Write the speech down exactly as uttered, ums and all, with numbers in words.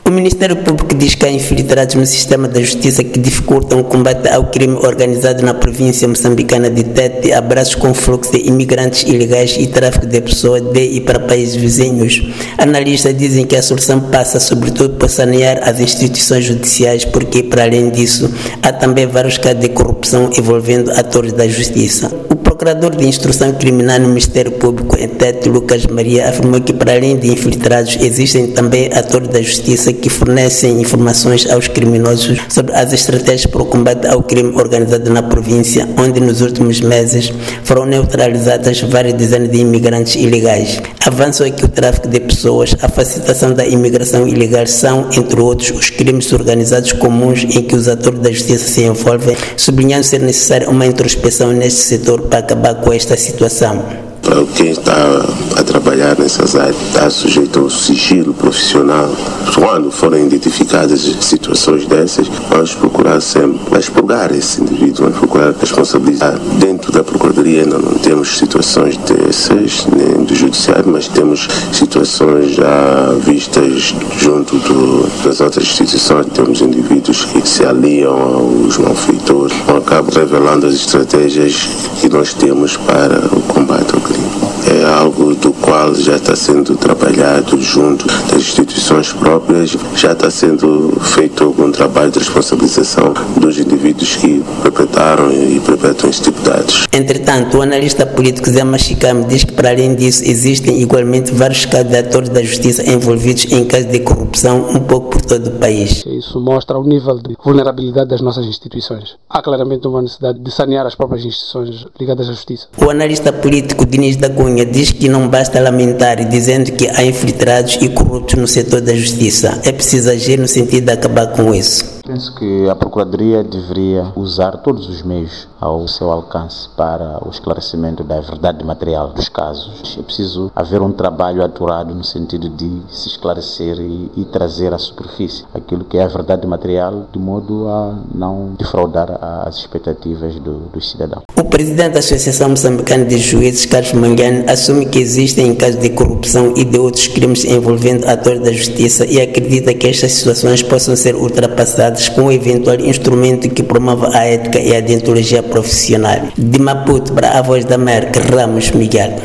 O Ministério Público diz que há infiltrados no sistema da justiça que dificultam o combate ao crime organizado na província moçambicana de Tete, abraços com fluxo de imigrantes ilegais e tráfico de pessoas de e para países vizinhos. Analistas dizem que a solução passa sobretudo por sanear as instituições judiciais, porque, para além disso, há também vários casos de corrupção envolvendo atores da justiça. O procurador de instrução criminal no Ministério Público em Tete, Lucas Maria, afirmou que, para além de infiltrados, existem também atores da justiça que fornecem informações aos criminosos sobre as estratégias para o combate ao crime organizado na província, onde nos últimos meses foram neutralizadas várias dezenas de imigrantes ilegais. Avançou que o tráfico de pessoas, a facilitação da imigração ilegal são, entre outros, os crimes organizados comuns em que os atores da justiça se envolvem, sublinhando ser necessária uma introspeção neste setor para acabar com esta situação. Para quem está a trabalhar nessas áreas, está sujeito ao sigilo profissional. Quando forem identificadas situações dessas, vamos procurar sempre expurgar esse indivíduo, vamos procurar responsabilizar. Dentro da Procuradoria ainda não temos situações dessas, nem do Judiciário, mas temos situações já vistas junto do, das outras instituições. Temos indivíduos que se aliam aos malfeitores, acabam revelando as estratégias que nós temos para o combate ao crime. É algo do qual já está sendo trabalhado junto das instituições próprias, já está sendo feito algum trabalho de responsabilização dos indivíduos que perpetraram e perpetram este tipo de atos. Entretanto, o analista político Zé Machicame diz que, para além disso, existem igualmente vários casos de atores da justiça envolvidos em casos de corrupção um pouco por todo o país. Isso mostra o nível de vulnerabilidade das nossas instituições. Há claramente uma necessidade de sanear as próprias instituições ligadas à justiça. O analista político Diniz da Cunha diz que não basta lamentar, dizendo que há infiltrados e corruptos no setor da justiça. É preciso agir no sentido de acabar com isso. Penso que a Procuradoria deveria usar todos os meios ao seu alcance para o esclarecimento da verdade material dos casos. É preciso haver um trabalho aturado no sentido de se esclarecer e, e trazer à superfície aquilo que é a verdade material, de modo a não defraudar as expectativas do, dos cidadãos. O presidente da Associação Moçambicana de Juízes, Carlos Manguiane, assume que existem casos de corrupção e de outros crimes envolvendo atores da justiça e acredita que estas situações possam ser ultrapassadas com um eventual instrumento que promova a ética e a deontologia profissional. De Maputo para a Voz da América, Ramos Miguel.